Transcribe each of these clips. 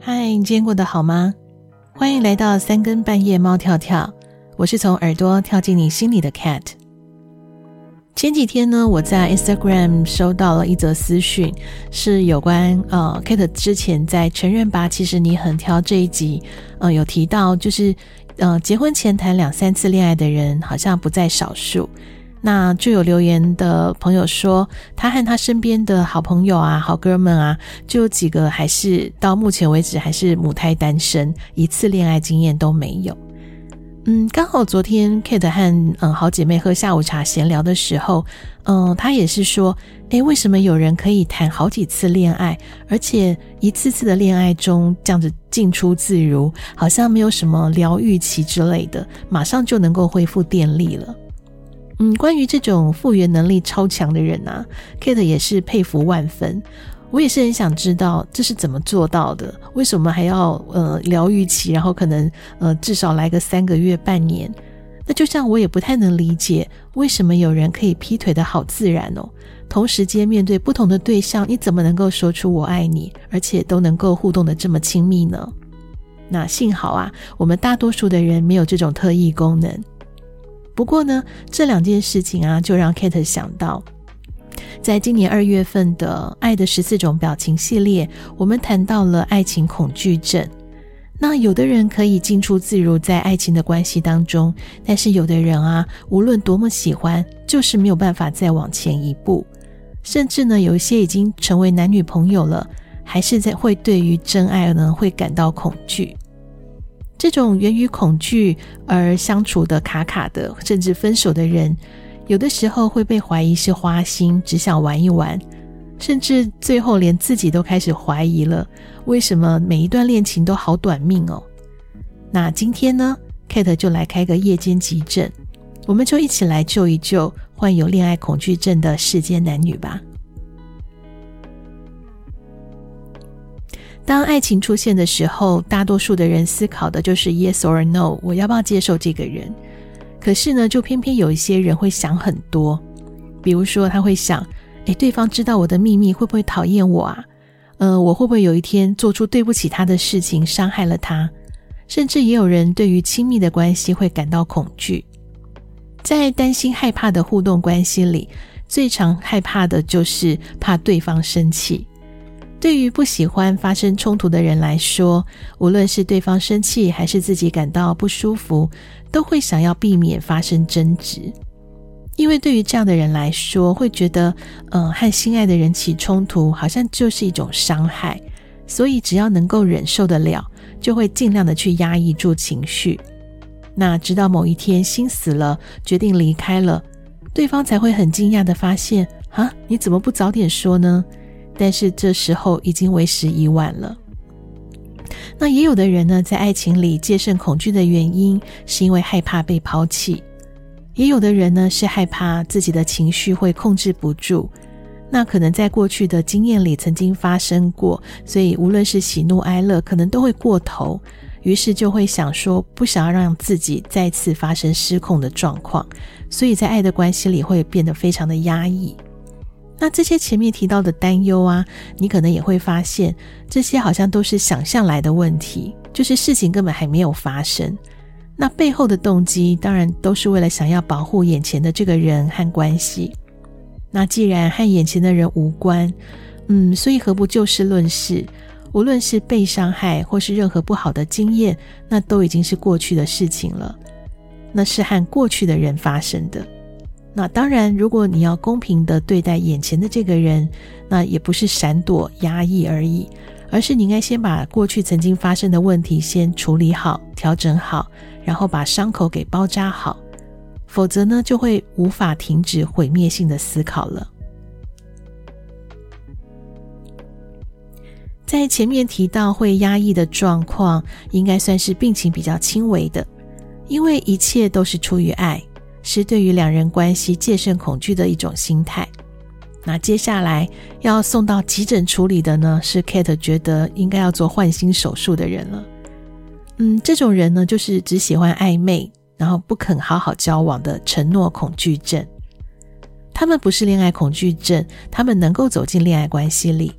嗨，你今天过得好吗？欢迎来到三更半夜猫跳跳，我是从耳朵跳进你心里的 Cat。 前几天呢，我在 Instagram 收到了一则私讯，是有关Cat 之前在承认吧其实你很挑这一集有提到，就是结婚前谈2-3次恋爱的人好像不在少数。那就有留言的朋友说，他和他身边的好朋友啊、好哥们啊，就有几个还是到目前为止还是母胎单身，一次恋爱经验都没有。刚好昨天 Kate 和好姐妹喝下午茶闲聊的时候，她也是说，为什么有人可以谈好几次恋爱，而且一次次的恋爱中这样子进出自如，好像没有什么疗愈期之类的，马上就能够恢复电力了。关于这种复原能力超强的人啊， Kate 也是佩服万分。我也是很想知道这是怎么做到的，为什么还要疗愈期，然后可能至少来个3个月半年。那就像我也不太能理解，为什么有人可以劈腿的好自然哦，同时间面对不同的对象，你怎么能够说出我爱你，而且都能够互动的这么亲密呢？那幸好啊，我们大多数的人没有这种特异功能。不过呢，这2件事情啊，就让 Kate 想到，在今年2月份的爱的14种表情系列，我们谈到了爱情恐惧症。那有的人可以进出自如在爱情的关系当中，但是有的人啊，无论多么喜欢，就是没有办法再往前一步。甚至呢，有一些已经成为男女朋友了，还是会对于真爱呢，会感到恐惧。这种源于恐惧而相处的卡卡的，甚至分手的人，有的时候会被怀疑是花心，只想玩一玩，甚至最后连自己都开始怀疑了，为什么每一段恋情都好短命哦？那今天呢， Kate 就来开个夜间急诊，我们就一起来救一救患有恋爱恐惧症的世间男女吧。当爱情出现的时候，大多数的人思考的就是 yes or no， 我要不要接受这个人？可是呢，就偏偏有一些人会想很多，比如说他会想，对方知道我的秘密会不会讨厌我啊？我会不会有一天做出对不起他的事情，伤害了他？甚至也有人对于亲密的关系会感到恐惧。在担心害怕的互动关系里，最常害怕的就是怕对方生气。对于不喜欢发生冲突的人来说，无论是对方生气还是自己感到不舒服，都会想要避免发生争执。因为对于这样的人来说，会觉得和心爱的人起冲突好像就是一种伤害，所以只要能够忍受得了，就会尽量的去压抑住情绪。那直到某一天心死了，决定离开了，对方才会很惊讶的发现，你怎么不早点说呢？但是这时候已经为时已晚了。那也有的人呢，在爱情里戒慎恐惧的原因是因为害怕被抛弃，也有的人呢是害怕自己的情绪会控制不住，那可能在过去的经验里曾经发生过，所以无论是喜怒哀乐可能都会过头，于是就会想说不想要让自己再次发生失控的状况，所以在爱的关系里会变得非常的压抑。那这些前面提到的担忧啊，你可能也会发现，这些好像都是想象来的问题，就是事情根本还没有发生。那背后的动机当然都是为了想要保护眼前的这个人和关系。那既然和眼前的人无关，所以何不就事论事，无论是被伤害或是任何不好的经验，那都已经是过去的事情了，那是和过去的人发生的。那当然，如果你要公平地对待眼前的这个人，那也不是闪躲压抑而已，而是你应该先把过去曾经发生的问题先处理好，调整好，然后把伤口给包扎好，否则呢，就会无法停止毁灭性的思考了。在前面提到会压抑的状况，应该算是病情比较轻微的，因为一切都是出于爱，是对于2人关系戒慎恐惧的一种心态。那接下来要送到急诊处理的呢，是 Kate 觉得应该要做换心手术的人了。这种人呢，就是只喜欢暧昧，然后不肯好好交往的承诺恐惧症。他们不是恋爱恐惧症，他们能够走进恋爱关系里，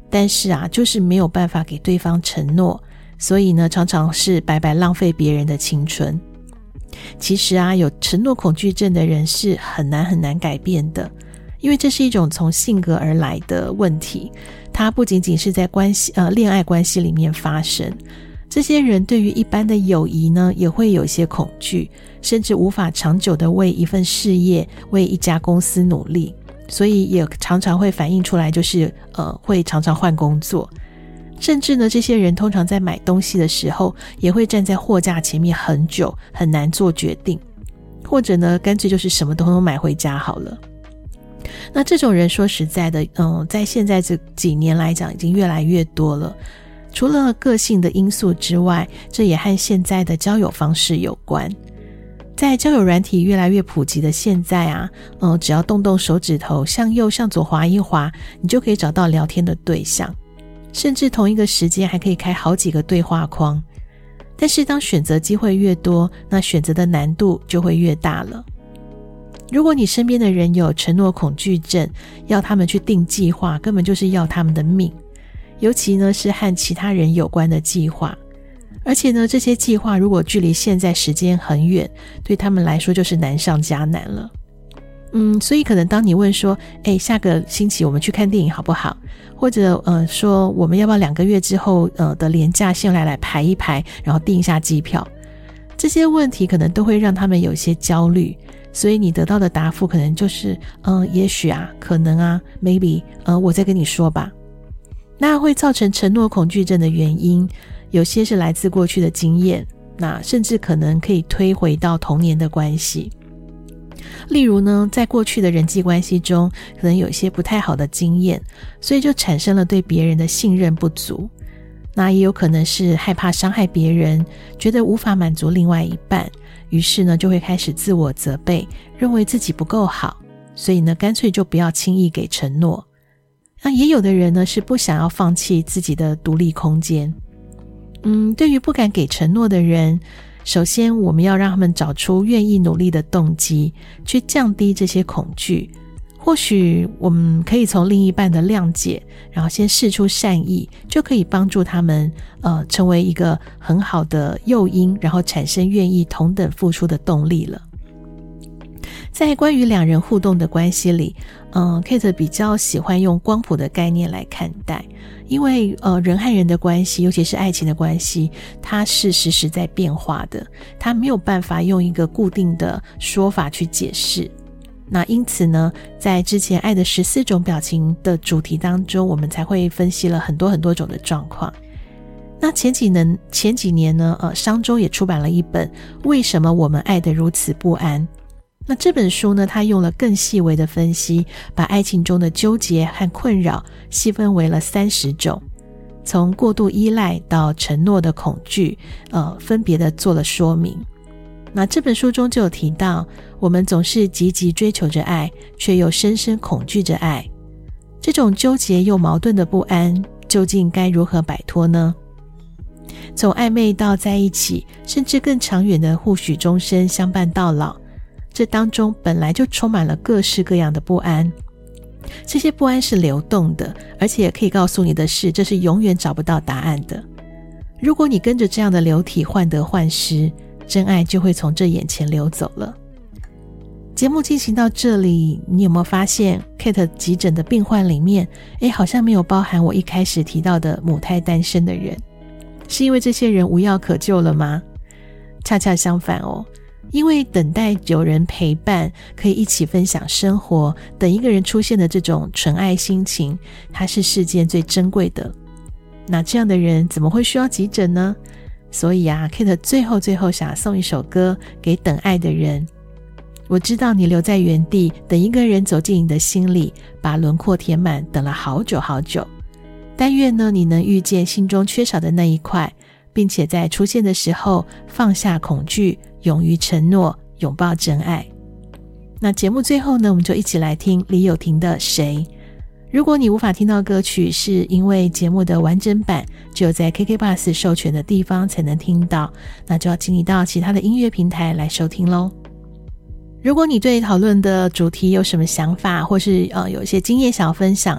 但是就是没有办法给对方承诺，所以呢，常常是白白浪费别人的青春。其实有承诺恐惧症的人是很难改变的，因为这是一种从性格而来的问题，它不仅仅是在恋爱关系里面发生。这些人对于一般的友谊呢，也会有一些恐惧，甚至无法长久的为一份事业、为一家公司努力，所以也常常会反映出来，就是会常常换工作。甚至呢，这些人通常在买东西的时候，也会站在货架前面很久，很难做决定，或者呢，干脆就是什么都买回家好了。那这种人说实在的，在现在这几年来讲，已经越来越多了。除了个性的因素之外，这也和现在的交友方式有关。在交友软体越来越普及的现在只要动动手指头，向右向左滑一滑，你就可以找到聊天的对象，甚至同一个时间还可以开好几个对话框。但是当选择机会越多，那选择的难度就会越大了。如果你身边的人有承诺恐惧症，要他们去定计划，根本就是要他们的命。尤其呢是和其他人有关的计划，而且呢这些计划如果距离现在时间很远，对他们来说就是难上加难了。所以可能当你问说下个星期我们去看电影好不好，或者说我们要不要2个月之后的连假先来排一排，然后订一下机票，这些问题可能都会让他们有一些焦虑，所以你得到的答复可能就是也许可能maybe 我再跟你说吧。那会造成承诺恐惧症的原因，有些是来自过去的经验，那甚至可能可以推回到童年的关系。例如呢，在过去的人际关系中，可能有一些不太好的经验，所以就产生了对别人的信任不足。那也有可能是害怕伤害别人，觉得无法满足另外一半，于是呢就会开始自我责备，认为自己不够好，所以呢干脆就不要轻易给承诺。那也有的人呢是不想要放弃自己的独立空间。对于不敢给承诺的人，首先我们要让他们找出愿意努力的动机，去降低这些恐惧。或许我们可以从另一半的谅解，然后先释出善意，就可以帮助他们成为一个很好的诱因，然后产生愿意同等付出的动力了。在关于两人互动的关系里Kate 比较喜欢用光谱的概念来看待，因为人和人的关系，尤其是爱情的关系，它是时时在变化的，它没有办法用一个固定的说法去解释。那因此呢，在之前爱的14种表情的主题当中，我们才会分析了很多很多种的状况。那前几年呢商周也出版了一本《为什么我们爱得如此不安》。那这本书呢，它用了更细微的分析，把爱情中的纠结和困扰细分为了30种，从过度依赖到承诺的恐惧分别的做了说明。那这本书中就有提到，我们总是积极追求着爱，却又深深恐惧着爱。这种纠结又矛盾的不安，究竟该如何摆脱呢？从暧昧到在一起，甚至更长远的互许终身相伴到老，这当中本来就充满了各式各样的不安。这些不安是流动的，而且可以告诉你的是，这是永远找不到答案的。如果你跟着这样的流体患得患失，真爱就会从这眼前流走了。节目进行到这里，你有没有发现 Kate 急诊的病患里面好像没有包含我一开始提到的母胎单身的人？是因为这些人无药可救了吗？恰恰相反因为等待有人陪伴，可以一起分享生活，等一个人出现的这种纯爱心情，它是世间最珍贵的。那这样的人怎么会需要急诊呢？所以Kate 最后想送一首歌给等爱的人。我知道你留在原地，等一个人走进你的心里，把轮廓填满，等了好久好久。但愿呢，你能遇见心中缺少的那一块，并且在出现的时候放下恐惧，勇于承诺，拥抱真爱。那节目最后呢，我们就一起来听李友廷的《谁》。如果你无法听到歌曲，是因为节目的完整版只有在 KKBOX 授权的地方才能听到，那就要请你到其他的音乐平台来收听咯。如果你对讨论的主题有什么想法，或是有一些经验想要分享，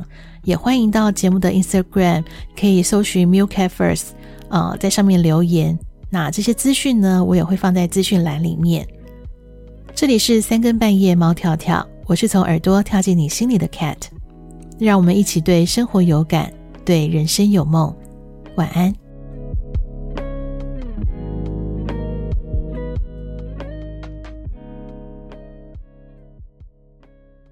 也欢迎到节目的 Instagram 可以搜寻 Meerkat First， 在上面留言。那这些资讯呢，我也会放在资讯栏里面。这里是三更半夜猫跳跳，我是从耳朵跳进你心里的 Cat， 让我们一起对生活有感，对人生有梦。晚安。